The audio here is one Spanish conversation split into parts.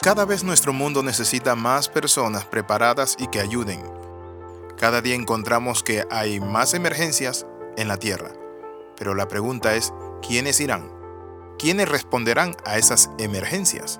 Cada vez nuestro mundo necesita más personas preparadas y que ayuden. Cada día encontramos que hay más emergencias en la Tierra. Pero la pregunta es, ¿quiénes irán? ¿Quiénes responderán a esas emergencias?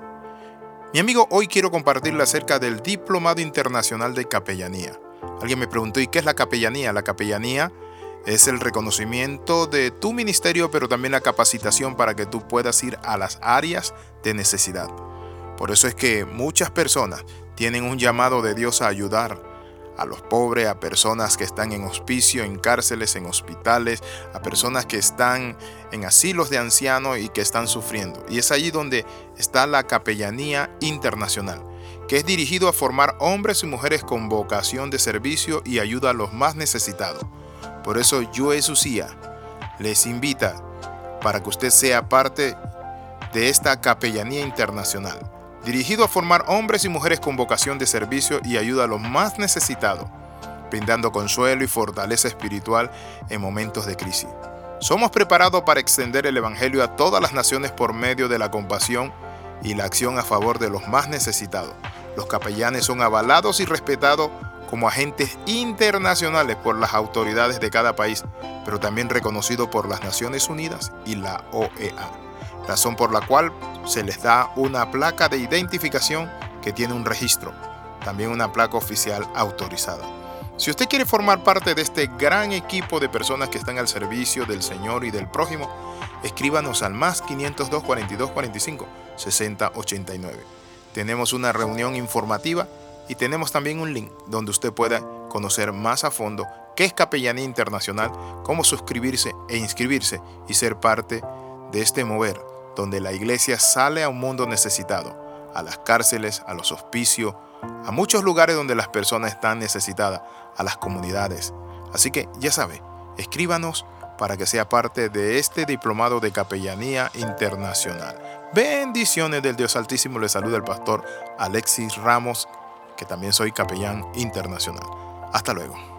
Mi amigo, hoy quiero compartirle acerca del Diplomado Internacional de Capellanía. Alguien me preguntó, ¿y qué es la capellanía? La capellanía es el reconocimiento de tu ministerio, pero también la capacitación para que tú puedas ir a las áreas de necesidad. Por eso es que muchas personas tienen un llamado de Dios a ayudar a los pobres, a personas que están en hospicio, en cárceles, en hospitales, a personas que están en asilos de ancianos y que están sufriendo. Y es allí donde está la Capellanía Internacional, que es dirigido a formar hombres y mujeres con vocación de servicio y ayuda a los más necesitados. Por eso Joe Sucia les invita para que usted sea parte de esta Capellanía Internacional, dirigido a formar hombres y mujeres con vocación de servicio y ayuda a los más necesitados, brindando consuelo y fortaleza espiritual en momentos de crisis. Somos preparados para extender el Evangelio a todas las naciones por medio de la compasión y la acción a favor de los más necesitados. Los capellanes son avalados y respetados como agentes internacionales por las autoridades de cada país, pero también reconocidos por las Naciones Unidas y la OEA, razón por la cual se les da una placa de identificación que tiene un registro, también una placa oficial autorizada. Si usted quiere formar parte de este gran equipo de personas que están al servicio del Señor y del prójimo, escríbanos al más 502 42 45 60 89. Tenemos una reunión informativa y tenemos también un link donde usted pueda conocer más a fondo qué es Capellanía Internacional, cómo suscribirse e inscribirse y ser parte de este mover donde la iglesia sale a un mundo necesitado, a las cárceles, a los hospicios, a muchos lugares donde las personas están necesitadas, a las comunidades. Así que ya sabe, escríbanos para que sea parte de este diplomado de Capellanía Internacional. Bendiciones del Dios Altísimo. Le saluda el pastor Alexis Ramos, que también soy capellán internacional. Hasta luego.